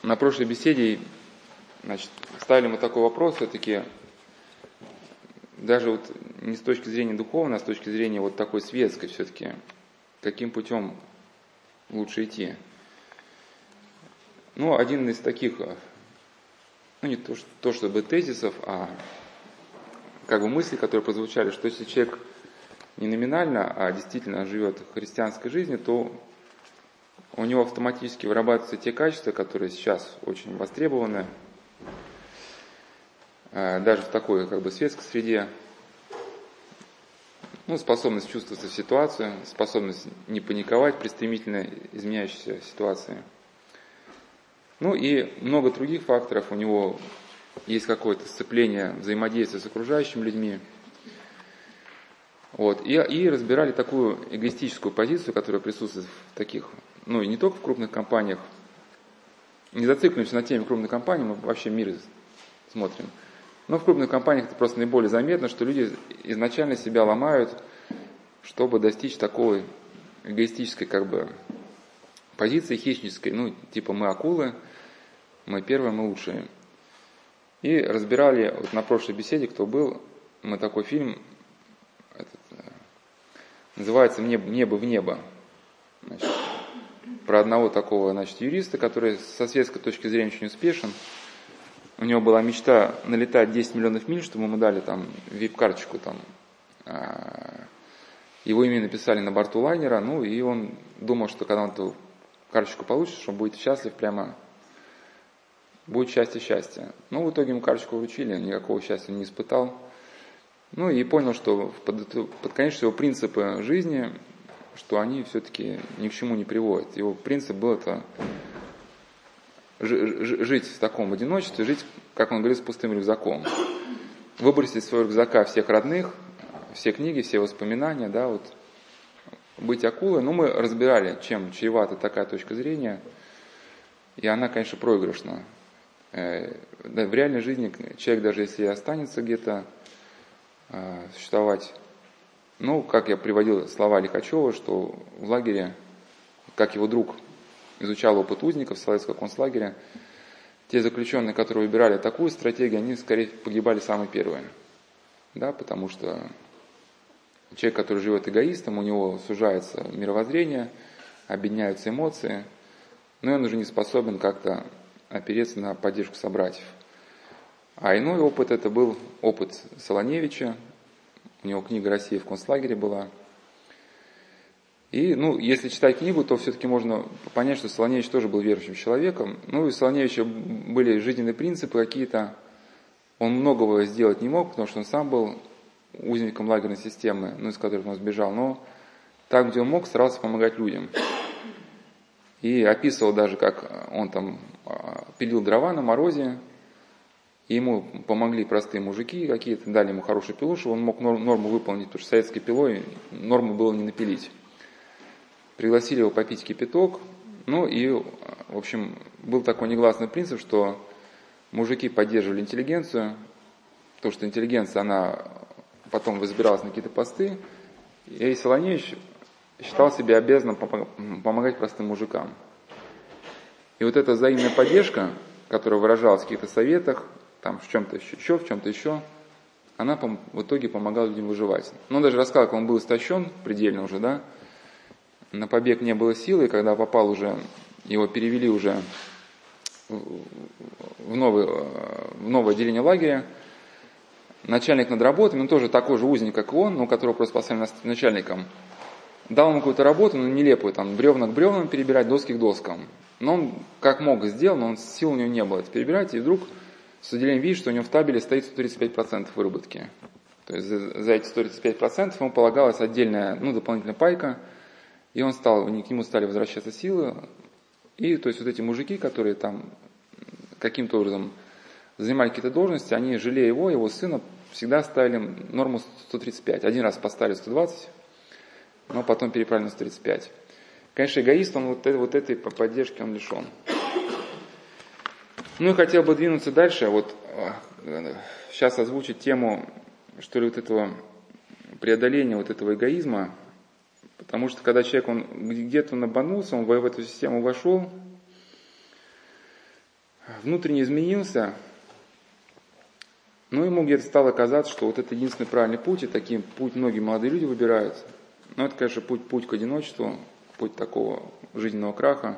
На прошлой беседе, ставили мы такой вопрос, все-таки, даже вот не с точки зрения духовной, а с точки зрения вот такой светской все-таки, каким путем лучше идти. Один из таких, не то чтобы тезисов, а как бы мысли, которые прозвучали, что если человек не номинально, а действительно живет христианской жизнью, то у него автоматически вырабатываются те качества, которые сейчас очень востребованы, даже в такой светской среде. Способность чувствоваться в ситуации, способность не паниковать при стремительно изменяющейся ситуации. И много других факторов. У него есть какое-то сцепление, взаимодействие с окружающими людьми. И разбирали такую эгоистическую позицию, которая присутствует в таких, и не только в крупных компаниях. Не зацикливаемся на теме крупных компаний, мы вообще мир смотрим. Но в крупных компаниях это просто наиболее заметно, что люди изначально себя ломают, чтобы достичь такой эгоистической позиции, хищнической, типа мы акулы, мы первые, мы лучшие. И разбирали, на прошлой беседе, кто был, мы такой фильм, называется «Небо в небо». Про одного такого, юриста, который со светской точки зрения очень успешен. У него была мечта налетать 10 миллионов миль, чтобы ему дали вип-карточку. Его имя написали на борту лайнера, и он думал, что когда он эту карточку получит, что он будет счастлив, прямо будет счастье. В итоге ему карточку вручили, никакого счастья он не испытал. И понял, что под конец его принципы жизни, что они все-таки ни к чему не приводят. Его принцип был это жить в таком одиночестве, жить, как он говорит, с пустым рюкзаком. Выбросить из своего рюкзака всех родных, все книги, все воспоминания, быть акулой. Мы разбирали, чем чревата такая точка зрения, и она, конечно, проигрышна. В реальной жизни человек, даже если останется где-то существовать, как я приводил слова Лихачева, что в лагере, как его друг изучал опыт узников в советского концлагеря, те заключенные, которые выбирали такую стратегию, они скорее погибали самые первые. Потому что человек, который живет эгоистом, у него сужается мировоззрение, объединяются эмоции, но он уже не способен как-то опереться на поддержку собратьев. А иной опыт, это был опыт Солоневича, у него книга «Россия в концлагере» была. И, если читать книгу, то все-таки можно понять, что Солоневич тоже был верующим человеком. И у Солоневича были жизненные принципы какие-то. Он многого сделать не мог, потому что он сам был узником лагерной системы, из которой он сбежал. Но там, где он мог, старался помогать людям. И описывал даже, как он пилил дрова на морозе, и ему помогли простые мужики какие-то, дали ему хорошую пилу, чтобы он мог норму выполнить, потому что советской пилой норму было не напилить. Пригласили его попить кипяток, в общем, был такой негласный принцип, что мужики поддерживали интеллигенцию, потому что интеллигенция, она потом возбиралась на какие-то посты, и Солоневич считал себя обязанным помогать простым мужикам. И эта взаимная поддержка, которая выражалась в каких-то советах, в чем-то еще, она в итоге помогала людям выживать. Он даже рассказал, как он был истощен предельно уже, на побег не было силы, и когда попал уже, его перевели уже в новое отделение лагеря, начальник над работами, он тоже такой же узник, как и он, которого просто поставили начальником, дал ему какую-то работу, нелепую, бревна к бревнам перебирать, доски к доскам. Но он как мог сделал, но сил у него не было это перебирать, и вдруг с удивлением видит, что у него в табеле стоит 135% выработки. То есть за эти 135% ему полагалась отдельная, дополнительная пайка, и к нему стали возвращаться силы. И то есть эти мужики, которые каким-то образом занимали какие-то должности, они, жалея его сына, всегда ставили норму 135. Один раз поставили 120, но потом переправили на 135. Конечно, эгоист, он этой поддержки он лишен. И хотел бы двинуться дальше, сейчас озвучить тему, что ли, этого преодоления этого эгоизма, потому что когда человек, он где-то набанулся, он в эту систему вошел, внутренне изменился, но ему где-то стало казаться, что вот это единственный правильный путь, и таким путь многие молодые люди выбирают. Но это, конечно, путь к одиночеству, путь такого жизненного краха.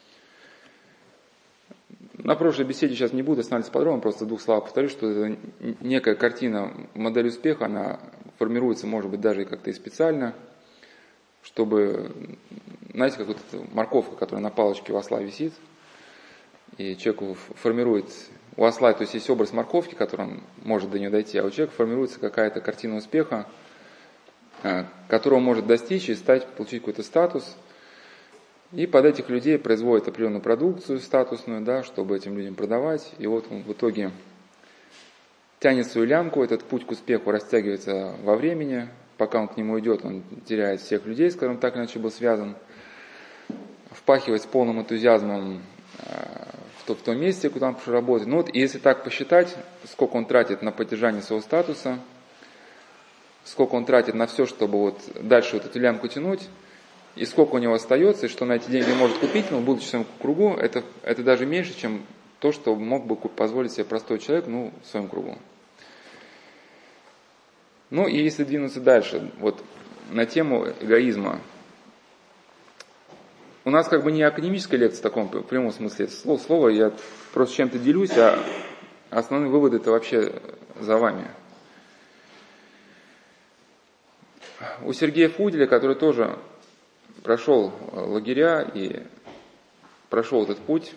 На прошлой беседе сейчас не буду останавливаться подробно, просто в двух словах повторю, что это некая картина, модель успеха, она формируется, может быть, даже как-то и специально, чтобы, знаете, как вот эта морковка, которая на палочке у осла висит, и человеку формирует, у осла, то есть есть образ морковки, который он может до нее дойти, а у человека формируется какая-то картина успеха, которого он может достичь и получить какой-то статус. И под этих людей производят определенную продукцию статусную, да, чтобы этим людям продавать. И вот он в итоге тянет свою лямку, этот путь к успеху растягивается во времени. Пока он к нему идет, он теряет всех людей, с которыми так или иначе был связан. Впахивает с полным энтузиазмом в том месте, куда он пошел работать. Ну вот, и если так посчитать, сколько он тратит на поддержание своего статуса, сколько он тратит на все, чтобы вот дальше вот эту лямку тянуть, и сколько у него остается, и что на эти деньги он может купить, но будучи в своем кругу, это даже меньше, чем то, что мог бы позволить себе простой человек, в своем кругу. Ну и если двинуться дальше, вот на тему эгоизма. У нас как бы не академическая лекция в таком прямом смысле слова, я просто чем-то делюсь, а основные выводы это вообще за вами. У Сергея Фуделя, который тоже прошел лагеря и прошел этот путь,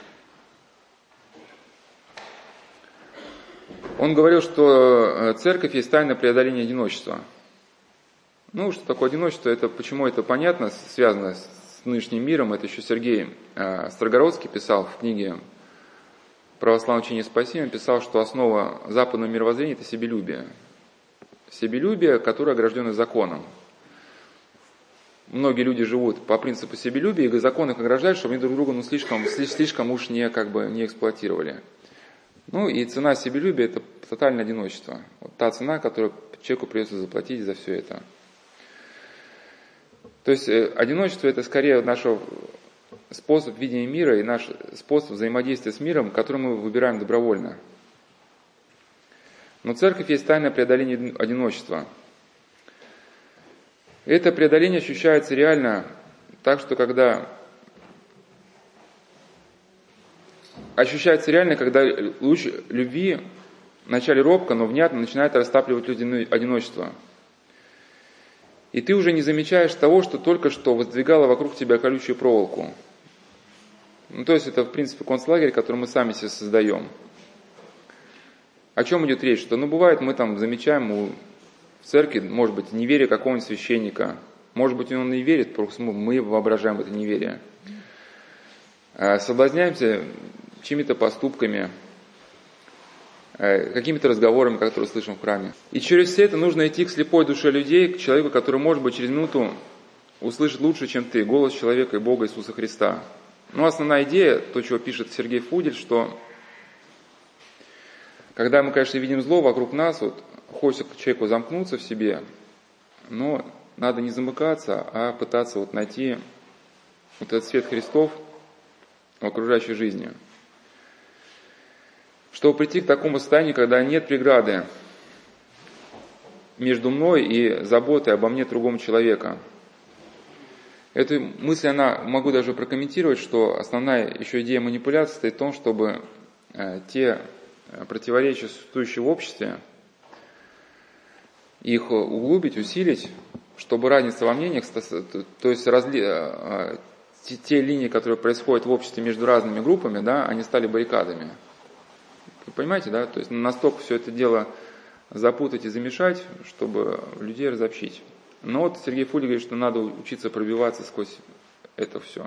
он говорил, что церковь есть тайна преодоления одиночества. Что такое одиночество, почему это понятно, связано с нынешним миром, это еще Сергей Строгородский писал в книге «Православное учение спасения», писал, что основа западного мировоззрения – это себелюбие. Себелюбие, которое ограждено законом. Многие люди живут по принципу себелюбия, и закон их ограждает, чтобы они друг друга слишком уж не эксплуатировали. И цена себелюбия – это тотальное одиночество. Вот та цена, которую человеку придется заплатить за все это. То есть одиночество – это скорее наш способ видения мира и наш способ взаимодействия с миром, который мы выбираем добровольно. Но церковь есть тайное преодоление одиночества. Это преодоление ощущается реально так, что когда луч любви вначале робко, но внятно начинает растапливать людям одиночество. И ты уже не замечаешь того, что только что воздвигало вокруг тебя колючую проволоку. То есть это, в принципе, концлагерь, который мы сами себе создаем. О чем идет речь? Что, бывает, мы там замечаем в церкви, может быть, неверие какого-нибудь священника. Может быть, он и верит, просто мы воображаем это неверие. Соблазняемся чьими-то поступками, какими-то разговорами, которые слышим в храме. И через все это нужно идти к слепой душе людей, к человеку, который, может быть, через минуту услышит лучше, чем ты, голос человека и Бога Иисуса Христа. Основная идея, то, чего пишет Сергей Фудель, что когда мы, конечно, видим зло вокруг нас, хочется к человеку замкнуться в себе, но надо не замыкаться, а пытаться найти этот свет Христов в окружающей жизни. Чтобы прийти к такому состоянию, когда нет преграды между мной и заботой обо мне другому человека. Эту мысль, могу даже прокомментировать, что основная еще идея манипуляции состоит в том, чтобы те противоречия, существующие в обществе, их углубить, усилить, чтобы разница во мнениях, то есть те линии, которые происходят в обществе между разными группами, они стали баррикадами. Вы понимаете, да? То есть настолько все это дело запутать и замешать, чтобы людей разобщить. Но Сергей Фудель говорит, что надо учиться пробиваться сквозь это все.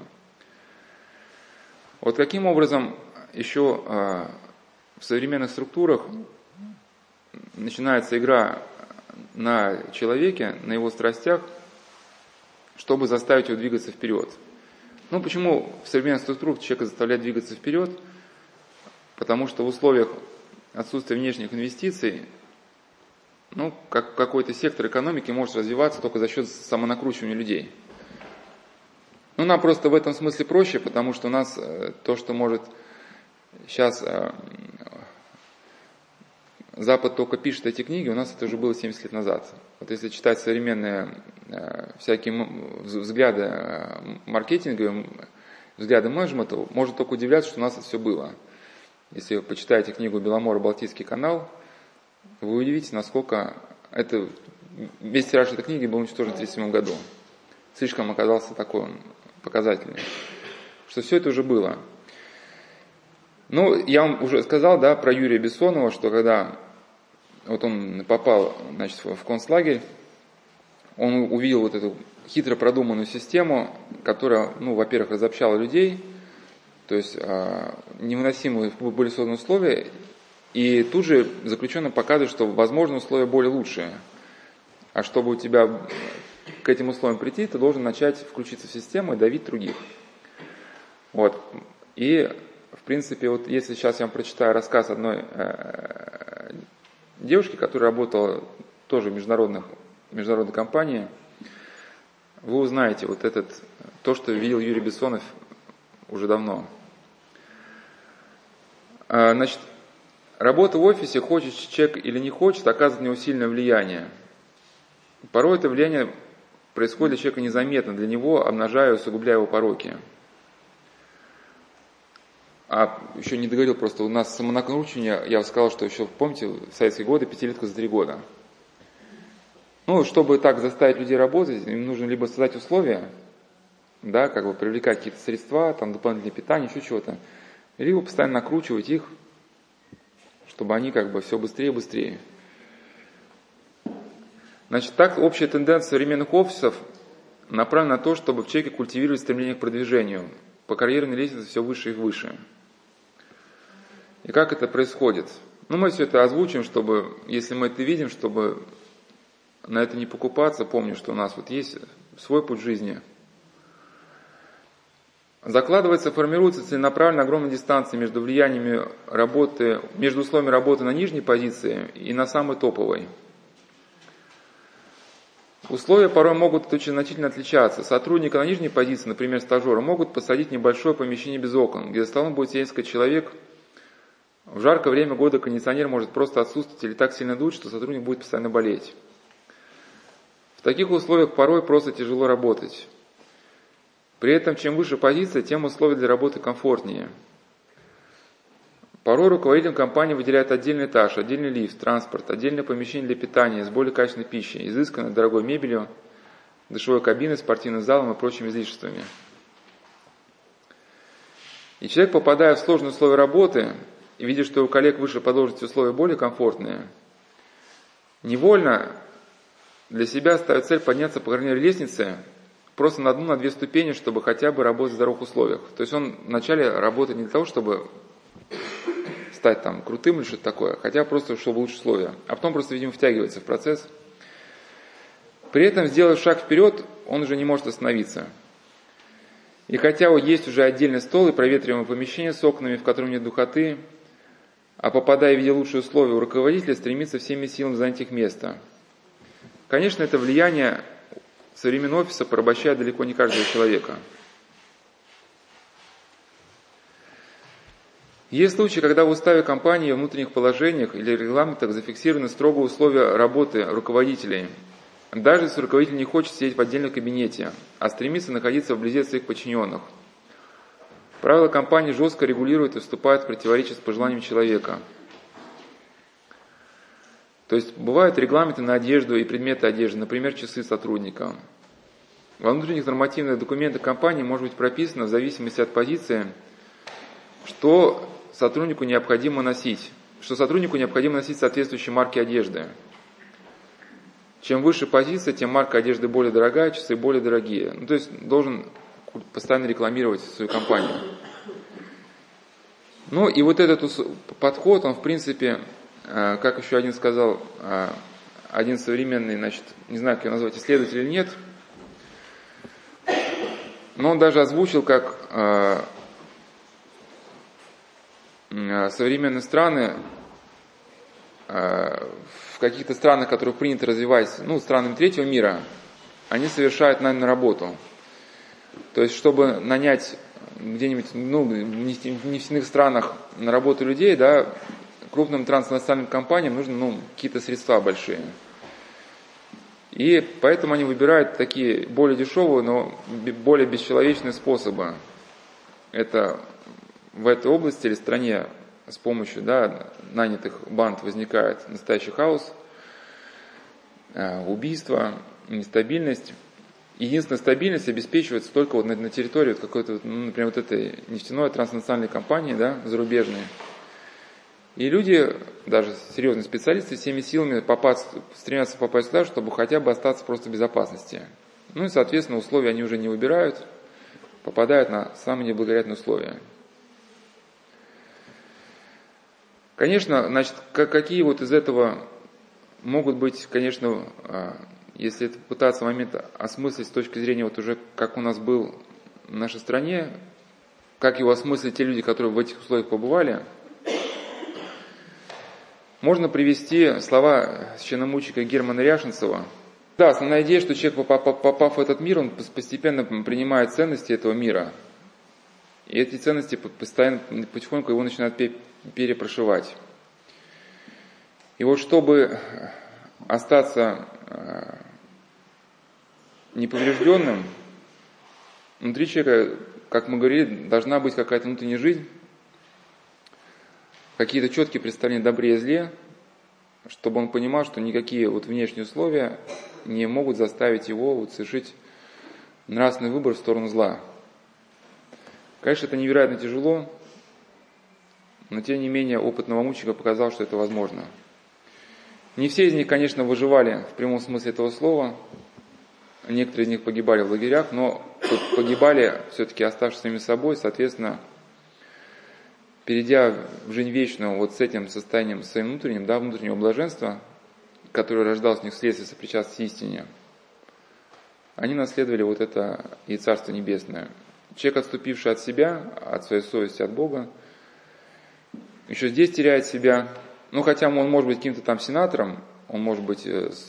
Каким образом еще в современных структурах начинается игра на человеке, на его страстях, чтобы заставить его двигаться вперед. Почему в современных структурах человека заставляет двигаться вперед? Потому что в условиях отсутствия внешних инвестиций, какой-то сектор экономики может развиваться только за счет самонакручивания людей. Нам просто в этом смысле проще, потому что у нас то, что может сейчас Запад только пишет эти книги, у нас это уже было 70 лет назад. Вот если читать современные всякие взгляды маркетинга, взгляды менеджмента, можно только удивляться, что у нас это все было. Если вы почитаете книгу «Беломоро-Балтийский канал», вы удивитесь, насколько это весь тираж этой книги был уничтожен в 1937 году. Слишком оказался такой он показательный. Что все это уже было. Ну, я вам уже сказал, да, про Юрия Бессонова, что когда вот он попал, значит, в концлагерь, он увидел вот эту хитро продуманную систему, которая, ну, во-первых, разобщала людей, то есть невыносимые были созданы условия, и тут же заключенным показывает, что, возможно, условия более лучшие. А чтобы у тебя к этим условиям прийти, ты должен начать включиться в систему и давить других. Вот. И, в принципе, вот если сейчас я вам прочитаю рассказ одной девушки, которая работала тоже в международной компании, вы узнаете вот то, что видел Юрий Бессонов уже давно. Значит, работа в офисе, хочет человек или не хочет, оказывает на него сильное влияние. Порой это влияние происходит для человека незаметно, для него обнажая и усугубляя его пороки. А еще не договорил, просто у нас самонакручивание, я сказал, что еще, помните, в советские годы, 5-летка за 3 года. Ну, чтобы так заставить людей работать, им нужно либо создать условия, да, как бы привлекать какие-то средства, там, дополнительное питание, еще чего-то, либо постоянно накручивать их, чтобы они как бы все быстрее и быстрее. Значит, так общая тенденция современных офисов направлена на то, чтобы в человеке культивировать стремление к продвижению, по карьерной лестнице все выше и выше. И как это происходит? Ну, мы все это озвучим, чтобы, если мы это видим, чтобы на это не покупаться, помню, что у нас вот есть свой путь жизни. Закладывается, формируется целенаправленно огромная дистанция между влияниями работы, между условиями работы на нижней позиции и на самой топовой. Условия порой могут очень значительно отличаться. Сотрудника на нижней позиции, например, стажера, могут посадить в небольшое помещение без окон, где за столом будет сидеть несколько человек. В жаркое время года кондиционер может просто отсутствовать или так сильно дуть, что сотрудник будет постоянно болеть. В таких условиях порой просто тяжело работать. При этом, чем выше позиция, тем условия для работы комфортнее. Порой руководитель компании выделяет отдельный этаж, отдельный лифт, транспорт, отдельное помещение для питания с более качественной пищей, изысканной дорогой мебелью, душевой кабиной, спортивным залом и прочими излишествами. И человек, попадая в сложные условия работы и видя, что у коллег выше по должности условия более комфортные, невольно для себя ставит цель подняться по карьерной лестнице просто на 1-2 ступени, чтобы хотя бы работать в здоровых условиях. То есть он вначале работает не для того, чтобы стать там крутым или что-то такое, хотя просто чтобы лучше условия. А потом просто, видимо, втягивается в процесс. При этом, сделав шаг вперед, он уже не может остановиться. И хотя есть уже отдельный стол и проветриваемое помещение с окнами, в котором нет духоты, а попадая в виде лучшие условия, у руководителя стремится всеми силами занять их место. Конечно, это влияние современного офиса порабощает далеко не каждого человека. Есть случаи, когда в уставе компании, в внутренних положениях или регламентах зафиксированы строгие условия работы руководителей. Даже если руководитель не хочет сидеть в отдельном кабинете, а стремится находиться вблизи от своих подчиненных. Правила компании жестко регулируют и вступают в противоречие с пожеланиями человека. То есть бывают регламенты на одежду и предметы одежды, например, часы сотрудника. Во внутренних нормативных документах компании может быть прописано в зависимости от позиции, что сотруднику необходимо носить соответствующие марки одежды. Чем выше позиция, тем марка одежды более дорогая, часы более дорогие. Ну, то есть должен постоянно рекламировать свою компанию. Ну и вот этот подход, он в принципе, как еще один сказал, один современный, значит, не знаю, как его назвать, исследователь или нет, но он даже озвучил, как современные страны, в каких-то странах, которые принято развивать, странами третьего мира, они совершают наемную работу. То есть, чтобы нанять где-нибудь в нефтяных странах на работу людей, да, крупным транснациональным компаниям нужны какие-то средства большие. И поэтому они выбирают такие более дешевые, но более бесчеловечные способы. Это в этой области или стране с помощью нанятых банд возникает настоящий хаос, убийство, нестабильность. Единственная стабильность обеспечивается только на территории какой-то, например, этой нефтяной транснациональной компании, зарубежной. И люди, даже серьезные специалисты, всеми силами стремятся попасть сюда, чтобы хотя бы остаться просто в безопасности. И, соответственно, условия они уже не выбирают, попадают на самые неблагоприятные условия. Конечно, какие из этого могут быть, конечно, если это пытаться момент осмыслить с точки зрения уже как у нас был в нашей стране, как его осмыслить те люди, которые в этих условиях побывали, можно привести слова священномученика Германа Ряшенцева. Да, основная идея, что человек, попав в этот мир, он постепенно принимает ценности этого мира. И эти ценности постоянно, потихоньку его начинают перепрошивать. И чтобы остаться неповрежденным, внутри человека, как мы говорили, должна быть какая-то внутренняя жизнь, какие-то четкие представления о добре и зле, чтобы он понимал, что никакие внешние условия не могут заставить его совершить нравственный выбор в сторону зла. Конечно, это невероятно тяжело, но тем не менее опыт новомученика показал, что это возможно. Не все из них, конечно, выживали в прямом смысле этого слова, некоторые из них погибали в лагерях, но погибали все-таки оставшись самими собой, соответственно, перейдя в жизнь вечную с этим состоянием своим внутренним, внутреннего блаженства, которое рождалось в них вследствие сопричастности истине, они наследовали это и Царство Небесное. Человек, отступивший от себя, от своей совести, от Бога, еще здесь теряет себя. Хотя он может быть каким-то сенатором, он может быть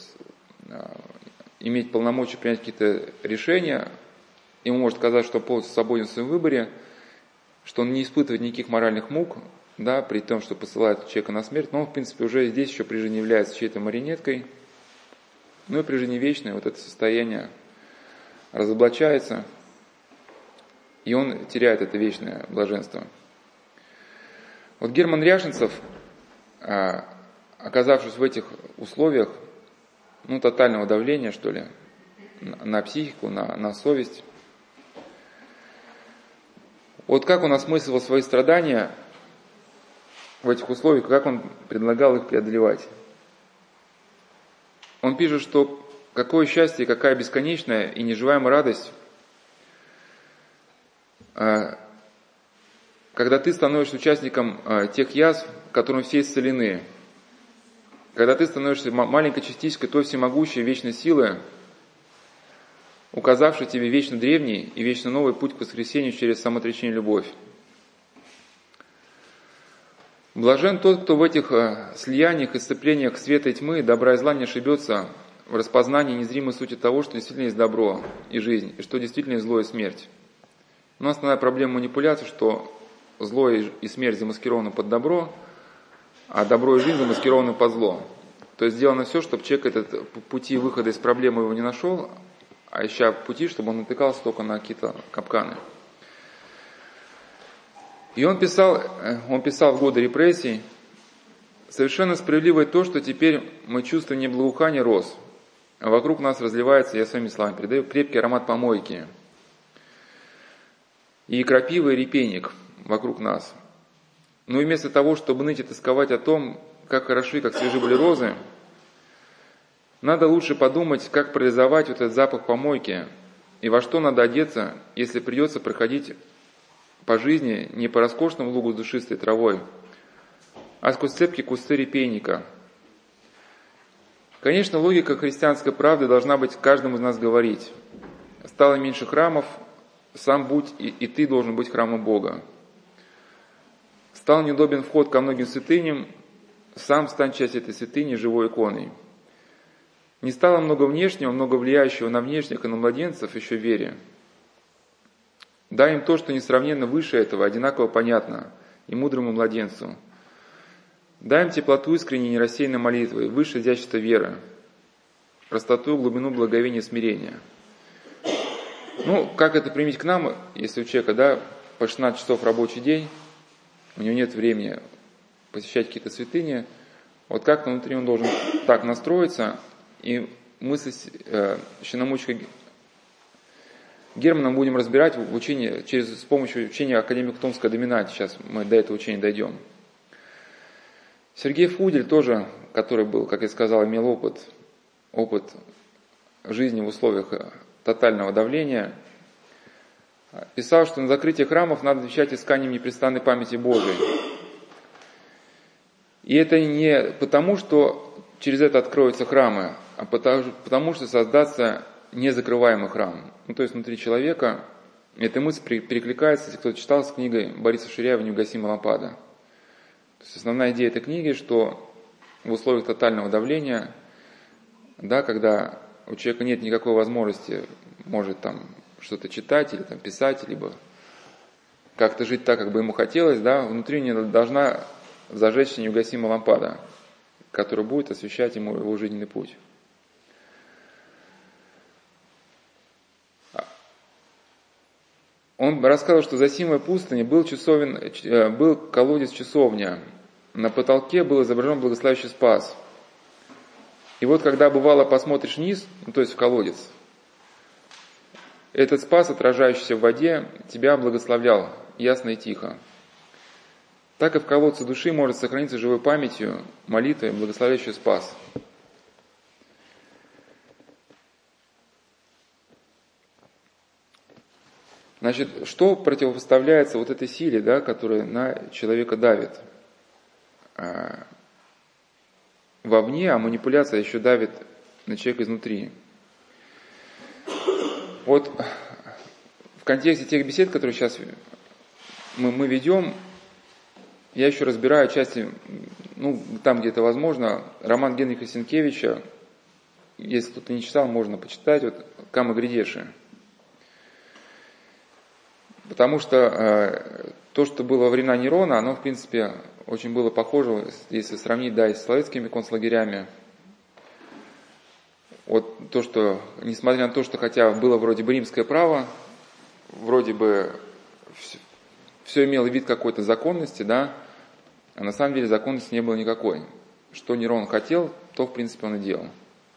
иметь полномочия принять какие-то решения, ему может казаться, что полностью свободен в своем выборе, что он не испытывает никаких моральных мук, при том, что посылает человека на смерть, но он, в принципе, уже здесь еще при жизни является чьей-то марионеткой, и при жизни вечной это состояние разоблачается, и он теряет это вечное блаженство. Герман Ряшенцев, оказавшись в этих условиях, тотального давления, что ли, на психику, на совесть, как он осмысливал свои страдания в этих условиях, как он предлагал их преодолевать. Он пишет, что какое счастье, какая бесконечная и неживаемая радость, когда ты становишься участником тех язв, которым все исцелены, когда ты становишься маленькой частичкой той всемогущей вечной силы, указавшей тебе вечно древний и вечно новый путь к воскресению через самоотречение и любовь. Блажен тот, кто в этих слияниях и сцеплениях света и тьмы, добра и зла не ошибется в распознании незримой сути того, что действительно есть добро и жизнь, и что действительно есть зло и смерть. Но основная проблема манипуляции, что зло и смерть замаскированы под добро, а добро и жизнь замаскированы под зло. То есть сделано все, чтобы человек этот пути выхода из проблемы его не нашел, а ища пути, чтобы он натыкался только на какие-то капканы. И он писал в годы репрессий: «Совершенно справедливо то, что теперь мы чувствуем не благоухание роз, а вокруг нас разливается, я своими словами передаю, крепкий аромат помойки, и крапива и репейник вокруг нас. Но вместо того, чтобы ныть и тосковать о том, как хороши, как свежи были розы, надо лучше подумать, как парализовать этот запах помойки, и во что надо одеться, если придется проходить по жизни не по роскошному лугу с душистой травой, а сквозь цепкие кусты репейника». Конечно, логика христианской правды должна быть каждому из нас говорить: стало меньше храмов, сам будь и ты должен быть храмом Бога. Стал неудобен вход ко многим святыням, сам стань частью этой святыни живой иконой. Не стало много внешнего, много влияющего на внешних и на младенцев еще в вере. Дай им то, что несравненно выше этого, одинаково понятно, и мудрому младенцу. Дай им теплоту искренней нерассеянной молитвы, выше изящества веры, простоту, глубину благовения и смирения. Ну, как это применить к нам, если у человека, да, по 16 часов рабочий день, у него нет времени посещать какие-то святыни, вот как внутри он должен так настроиться, и мы с щеномучкой Германом будем разбирать в учении, с помощью учения академика Томского Доминати, сейчас мы до этого учения дойдем. Сергей Фудель тоже, который был, как я сказал, имел опыт жизни в условиях тотального давления, писал, что на закрытие храмов надо отвечать исканием непрестанной памяти Божией. И это не потому, что через это откроются храмы, а потому что создастся незакрываемый храм. Ну, то есть внутри человека эта мысль перекликается, если кто-то читал с книгой Бориса Ширяева «Неугасимая лампада». То есть основная идея этой книги, что в условиях тотального давления, да, когда у человека нет никакой возможности, может там что-то читать или там писать, либо как-то жить так, как бы ему хотелось, да, внутри него должна зажечься неугасимая лампада, которая будет освещать ему его жизненный путь. Он рассказывал, что за Симой пустыни был колодец-часовня. На потолке был изображен благословящий Спас. И вот когда бывало посмотришь вниз, ну, то есть в колодец, этот Спас, отражающийся в воде, тебя благословлял ясно и тихо. Так и в колодце души может сохраниться живой памятью молитвы, благословляющий Спас. Значит, что противопоставляется вот этой силе, да, которая на человека давит? Вовне, а манипуляция еще давит на человека изнутри. Вот в контексте тех бесед, которые сейчас мы ведем, я еще разбираю отчасти, ну, там, где это возможно, роман Генриха Сенкевича. Если кто-то не читал, можно почитать, вот «Кама Гридеши». Потому что то, что было во времена Нерона, оно, в принципе, очень было похоже, если сравнить, да, и с славянскими концлагерями. Вот то, что, несмотря на то, что хотя было вроде бы римское право, вроде бы все имело вид какой-то законности, да, а на самом деле законности не было никакой. Что Нерон хотел, то, в принципе, он и делал.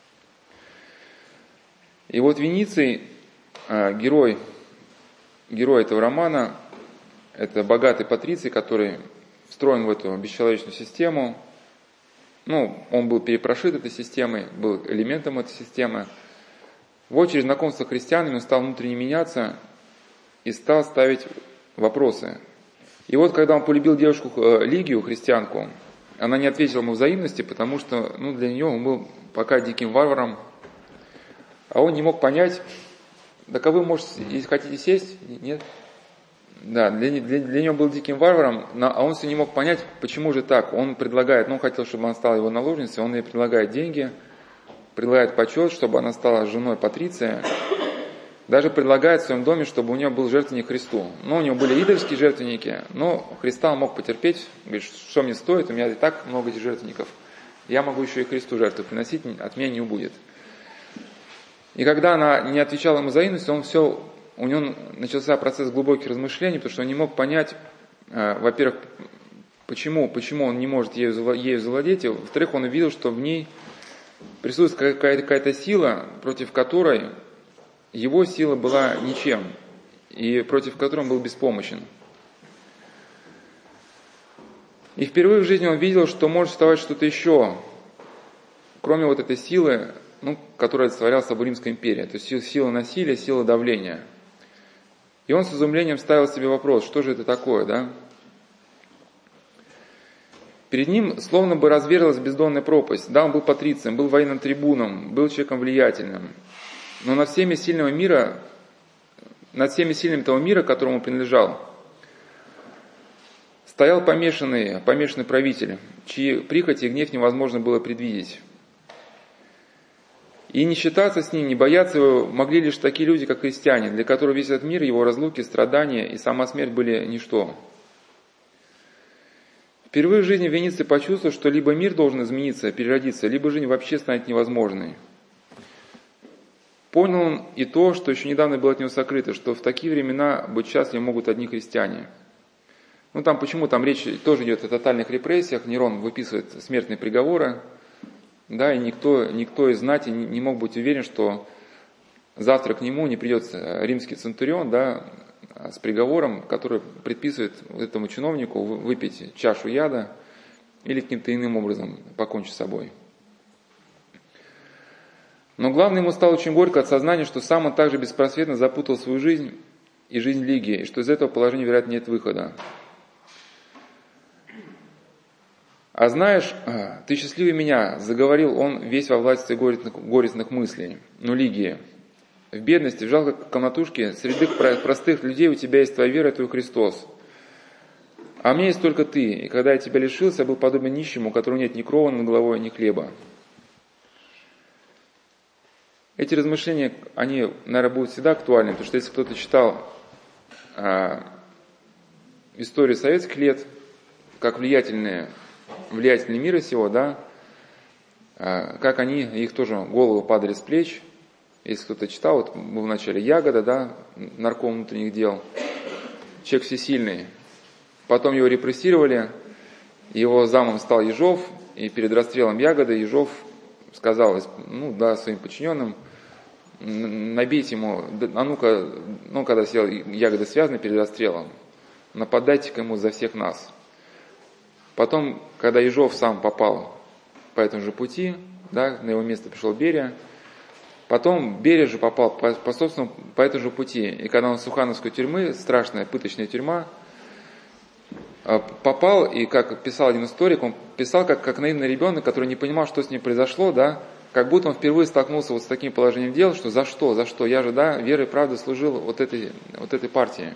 И вот Вениций, герой этого романа, это богатый патриций, который встроен в эту бесчеловечную систему. Ну, он был перепрошит этой системой, был элементом этой системы. Вот через знакомство с христианами он стал внутренне меняться и стал ставить вопросы. И вот когда он полюбил девушку Лигию, христианку, она не ответила ему взаимности, потому что, ну, для нее он был пока диким варваром, а он не мог понять. Так а вы, может, если хотите сесть? Нет? Да, для него был диким варваром, а он все не мог понять, почему же так. Он предлагает, он хотел, чтобы она стала его наложницей, он ей предлагает деньги, предлагает почет, чтобы она стала женой Патриция, даже предлагает в своем доме, чтобы у нее был жертвенник Христу. Ну, у него были идольские жертвенники, но Христа он мог потерпеть, говорит, что мне стоит, у меня и так много этих жертвенников, я могу еще и Христу жертву приносить, от меня не убудет. И когда она не отвечала ему взаимностью, у него начался процесс глубоких размышлений, потому что он не мог понять, во-первых, почему он не может ею завладеть, и, во-вторых, он увидел, что в ней присутствует какая-то сила, против которой его сила была ничем, и против которой он был беспомощен. И впервые в жизни он видел, что может существовать что-то еще, кроме вот этой силы, которая олицетворяла собой Римская империя, то есть сила насилия, сила давления. И он с изумлением ставил себе вопрос, что же это такое, да? Перед ним словно бы разверзлась бездонная пропасть. Да, он был патрицием, был военным трибуном, был человеком влиятельным. Но над всеми сильными того мира, которому он принадлежал, стоял помешанный правитель, чьи прихоти и гнев невозможно было предвидеть. И не считаться с ним, не бояться его могли лишь такие люди, как христиане, для которых весь этот мир, его разлуки, страдания и сама смерть были ничто. Впервые в жизни Вениций почувствовал, что либо мир должен измениться, переродиться, либо жизнь вообще станет невозможной. Понял он и то, что еще недавно было от него сокрыто, что в такие времена быть счастливы могут одни христиане. Ну там почему? Там речь тоже идет о тотальных репрессиях, Нерон выписывает смертные приговоры, да, и никто из знати не мог быть уверен, что завтра к нему не придет римский центурион, да, с приговором, который предписывает этому чиновнику выпить чашу яда или каким-то иным образом покончить с собой. Но главное, ему стало очень горько от сознания, что сам он также беспросветно запутал свою жизнь и жизнь Лигии, и что из этого положения, вероятно, нет выхода. «А знаешь, ты счастливее меня», — заговорил он весь во власти горестных мыслей. «Ну, Лигия, в бедности, в жалкой комнатушке, среди простых людей у тебя есть твоя вера и твой Христос. А у меня есть только ты, и когда я тебя лишился, я был подобен нищему, у которого нет ни крова над головой, ни хлеба». Эти размышления, они, наверное, будут всегда актуальны, потому что если кто-то читал историю советских лет, как влиятельные мира сего, да, как они, их тоже головы падали с плеч. Если кто-то читал, вот был в начале Ягода, да, нарком внутренних дел, человек всесильный. Потом его репрессировали, его замом стал Ежов, и перед расстрелом Ягоды Ежов сказал, ну да, своим подчиненным, набейте ему, а ну-ка, ну когда сел Ягода связаны перед расстрелом, нападайте-ка ему за всех нас. Потом, когда Ежов сам попал по этому же пути, да, на его место пришел Берия, потом Берия же попал по этому же пути, и когда он в Сухановскую тюрьму, страшная пыточная тюрьма, попал, и как писал один историк, он писал как наивный ребенок, который не понимал, что с ним произошло, да, как будто он впервые столкнулся вот с таким положением дел, что за что, я же, да, верой и правдой служил вот этой партии.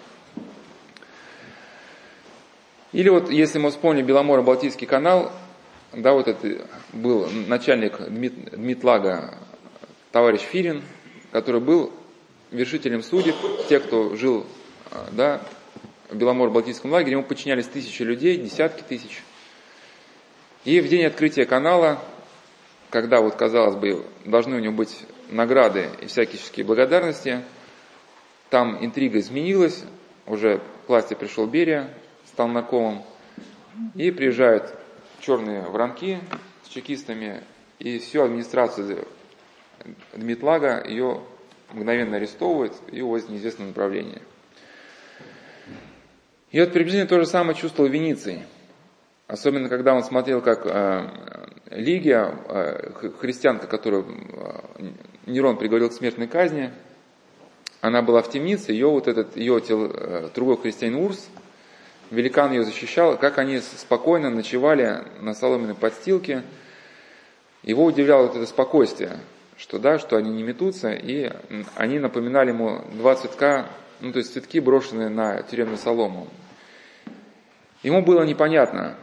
Или вот, если мы вспомним Беломоро-Балтийский канал, да, вот это был начальник Дмитлага товарищ Фирин, который был вершителем судеб, те, кто жил, да, в Беломоро-Балтийском лагере, ему подчинялись тысячи людей, десятки тысяч. И в день открытия канала, когда, вот, казалось бы, должны у него быть награды и всяческие благодарности, там интрига изменилась, уже к власти пришел Берия, стал наркомом, и приезжают черные воронки с чекистами, и всю администрацию Дмитлага ее мгновенно арестовывают и увозят в неизвестном направлении. И вот приблизительно то же самое чувствовал Вениций. Особенно, когда он смотрел, как Лигия, христианка, которую Нерон приговорил к смертной казни, она была в темнице, ее другой христианин Урс, великан ее защищал, как они спокойно ночевали на соломенной подстилке. Его удивляло вот это спокойствие, что они не метутся, и они напоминали ему два цветка, ну то есть цветки, брошенные на тюремную солому. Ему было непонятно.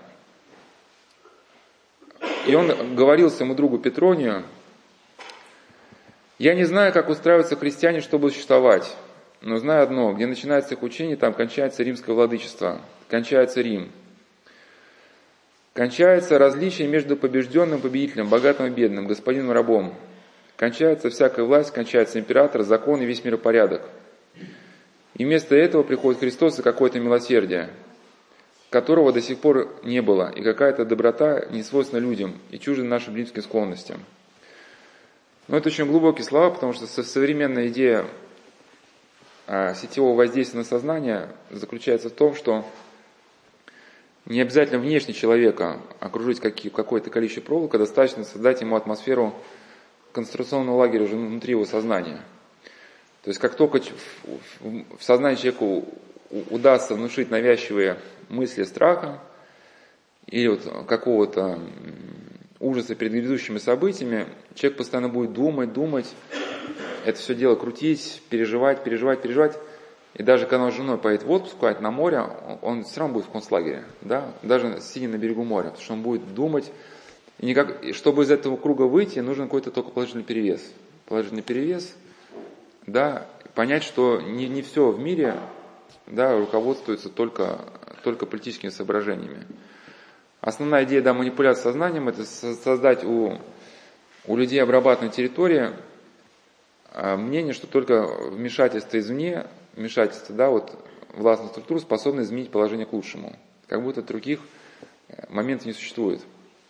И он говорил своему другу Петронию: «Я не знаю, как устраиваются христиане, чтобы существовать, но знаю одно: где начинается их учение, там кончается римское владычество, кончается Рим. Кончается различие между побежденным и победителем, богатым и бедным, господином и рабом. Кончается всякая власть, кончается император, закон и весь миропорядок. И вместо этого приходит Христос и какое-то милосердие, которого до сих пор не было, и какая-то доброта, не свойственна людям и чужда нашим римским склонностям». Но это очень глубокие слова, потому что современная идея сетевого воздействия на сознание заключается в том, что не обязательно внешне человека окружить какое-то количество проволока, достаточно создать ему атмосферу концентрационного лагеря уже внутри его сознания. То есть как только в сознании человеку удастся внушить навязчивые мысли страха или вот какого-то ужаса перед грядущими событиями, человек постоянно будет думать, это все дело крутить, переживать. И даже когда он с женой поедет в отпуск, куда-нибудь на море, он все равно будет в концлагере, да? Даже сидя на берегу моря, потому что он будет думать, И чтобы из этого круга выйти, нужен какой-то только положительный перевес. Положительный перевес, да, понять, что не все в мире, да, руководствуется только политическими соображениями. Основная идея, да, манипуляции сознанием – это создать у людей обрабатываемой территории мнение, что только вмешательство извне, вмешательство, да, вот властных структур способно изменить положение к лучшему. Как будто других моментов не существует.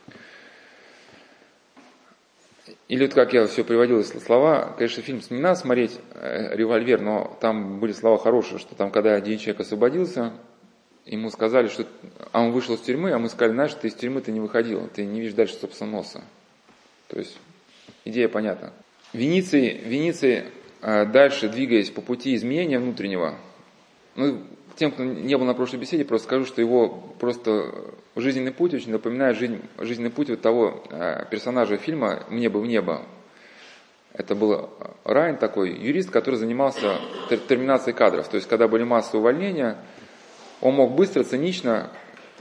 Или вот как я все приводил слова, конечно, фильм не надо смотреть «Револьвер», но там были слова хорошие, что там, когда один человек освободился, ему сказали, что он вышел из тюрьмы, а мы сказали, знаешь, ты из тюрьмы не выходил, ты не видишь дальше собственного носа. То есть идея понятна. Вениций, дальше двигаясь по пути изменения внутреннего, ну, тем, кто не был на прошлой беседе, просто скажу, что его просто жизненный путь очень напоминает жизненный путь вот того персонажа фильма «Мне бы в небо». Это был Райан такой, юрист, который занимался терминацией кадров. То есть, когда были массовые увольнения, он мог быстро, цинично,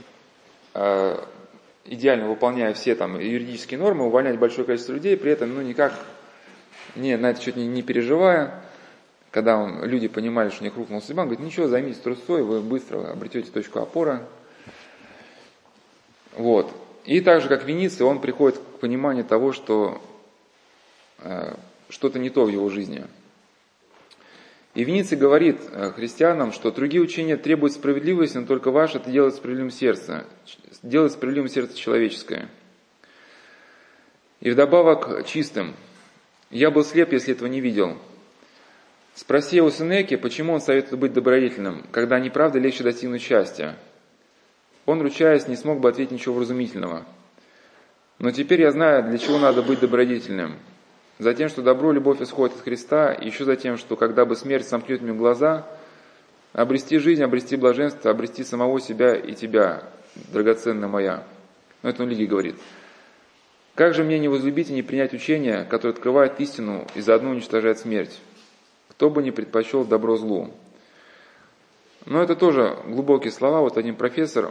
идеально выполняя все там юридические нормы, увольнять большое количество людей, при этом никак на это что-то не переживая. Когда люди понимали, что у них рухнул судьба, он говорит, ничего, займитесь трусцой, вы быстро обретете точку опоры. Вот. И так же, как Вениций, он приходит к пониманию того, что что-то не то в его жизни. И Вениций говорит христианам, что другие учения требуют справедливости, но только ваше это делает справедливым сердце человеческое. И вдобавок чистым. Я был слеп, если этого не видел. Спроси у Сенеки, почему он советует быть добродетельным, когда неправда легче достигнуть счастья. Он, ручаясь, не смог бы ответить ничего вразумительного. Но теперь я знаю, для чего надо быть добродетельным. Затем, что добро и любовь исходят от Христа, и еще затем, что когда бы смерть сомкнет мне глаза, обрести жизнь, обрести блаженство, обрести самого себя и тебя, драгоценная моя. Но это он Лиги говорит. Как же мне не возлюбить и не принять учение, которое открывает истину и заодно уничтожает смерть? Кто бы не предпочел добро злу. Но это тоже глубокие слова. Вот один профессор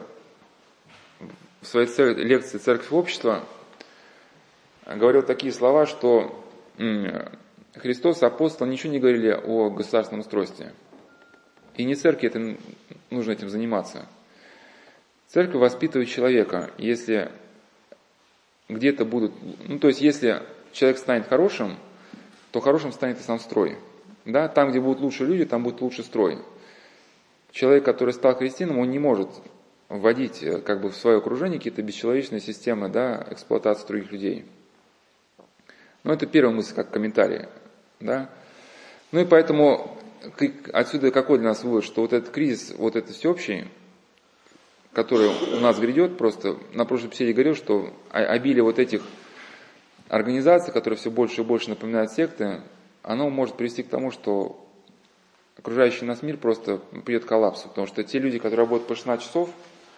в своей лекции «Церковь и общество» говорил такие слова, что Христос и апостолы ничего не говорили о государственном устройстве. И не церкви это нужно этим заниматься. Церковь воспитывает человека. Если где-то будут... то есть, если человек станет хорошим, то хорошим станет и сам строй. Да? Там, где будут лучшие люди, там будет лучший строй. Человек, который стал христианином, он не может вводить в свое окружение какие-то бесчеловечные системы, да, эксплуатации других людей. Это первая мысль, как комментарий. Да? И поэтому отсюда какой для нас вывод, что вот этот кризис, вот этот всеобщий, который у нас грядет, просто на прошлой беседе говорил, что обилие вот этих организаций, которые все больше и больше напоминают секты, оно может привести к тому, что окружающий нас мир просто придет к коллапсу. Потому что те люди, которые работают по 16 часов,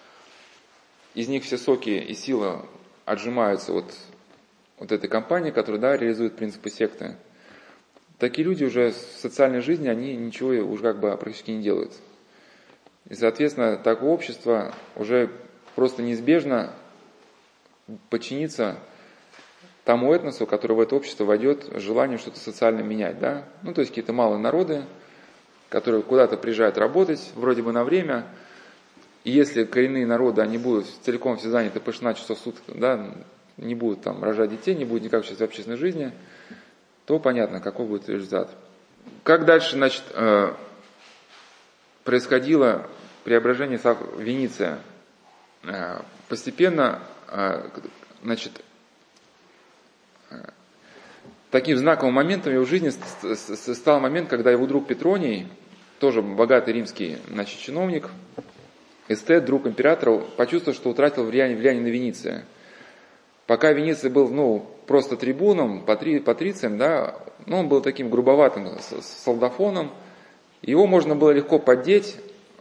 из них все соки и силы отжимаются вот этой компании, которая, да, реализует принципы секты. Такие люди уже в социальной жизни, они ничего уже практически не делают. И, соответственно, такое общество уже просто неизбежно подчинится тому этносу, который в это общество войдет с желанием что-то социально менять. Да? То есть какие-то малые народы, которые куда-то приезжают работать, вроде бы на время. И если коренные народы, они будут целиком все заняты по 16 часов в сутки, да, не будут там рожать детей, не будут никак участвовать в общественной жизни, то понятно, какой будет результат. Как дальше, происходило преображение Вениция? Постепенно, таким знаковым моментом в его жизни стал момент, когда его друг Петроний, тоже богатый римский чиновник, эстет, друг императора, почувствовал, что утратил влияние на Вениция. Пока Вениций был просто трибуном, патрицием, да, он был таким грубоватым солдафоном, его можно было легко поддеть,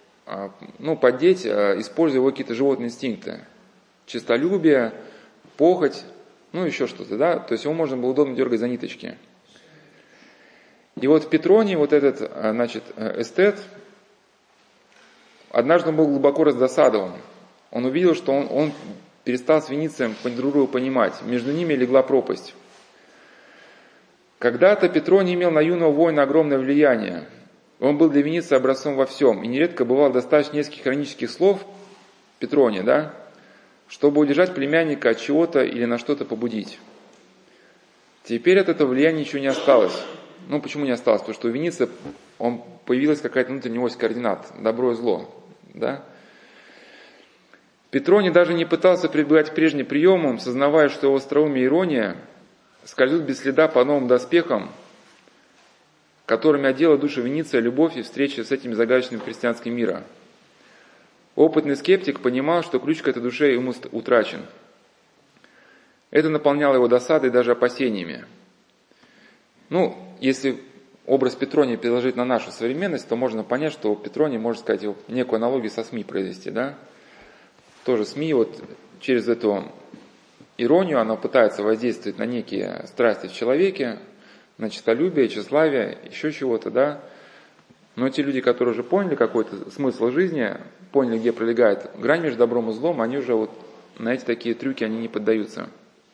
используя его какие-то животные инстинкты, честолюбие, похоть, еще что-то, да, то есть его можно было удобно дергать за ниточки. И Петроний, этот, эстет, однажды он был глубоко раздосадован. Он увидел, что он перестал с Веницием друг друга понимать. Между ними легла пропасть. Когда-то Петроний имел на юного воина огромное влияние. Он был для Вениция образцом во всем, и нередко бывало достаточно нескольких иронических слов Петрония, да, чтобы удержать племянника от чего-то или на что-то побудить. Теперь от этого влияния ничего не осталось. Ну, почему не осталось? Потому что у Вениция появилась какая-то внутренняя ось координат, добро и зло, да. Петроний даже не пытался прибегать к прежним приемам, сознавая, что его остроумие и ирония скользут без следа по новым доспехам, которыми одела душу Вениция любовь и встреча с этим загадочным христианским миром. Опытный скептик понимал, что ключ к этой душе ему утрачен. Это наполняло его досадой и даже опасениями. Ну, если образ Петрония переложить на нашу современность, то можно понять, что Петроний, можно сказать, некую аналогию со СМИ произвести, да? Тоже СМИ вот через эту иронию, она пытается воздействовать на некие страсти в человеке, на честолюбие, тщеславие, еще чего-то, да. Но те люди, которые уже поняли какой-то смысл жизни, поняли, где пролегает грань между добром и злом, они уже вот на эти такие трюки они не поддаются.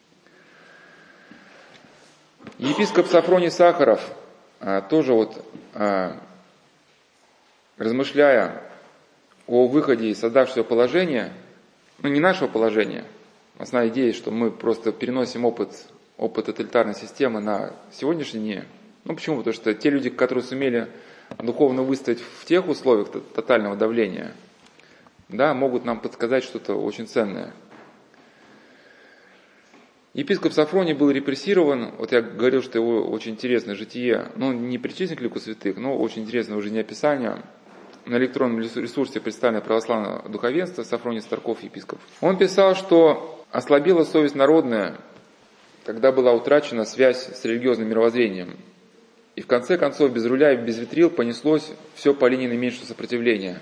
Епископ Сафроний Сахаров тоже вот, размышляя о выходе из создавшегося положения, ну не нашего положения, основная идея, что мы просто переносим опыт тоталитарной системы на сегодняшний день. Ну почему? Потому что те люди, которые сумели духовно выстоять в тех условиях тотального давления, да, могут нам подсказать что-то очень ценное. Епископ Сафроний был репрессирован. Вот я говорил, что его очень интересное житие, ну не причислен к лику святых, но очень интересное жизнеописание. На электронном ресурсе представлено православное духовенство, Сафроний Старков, епископ. Он писал, что ослабела совесть народная, когда была утрачена связь с религиозным мировоззрением. И в конце концов без руля и без ветрил понеслось все по линии наименьшего сопротивления.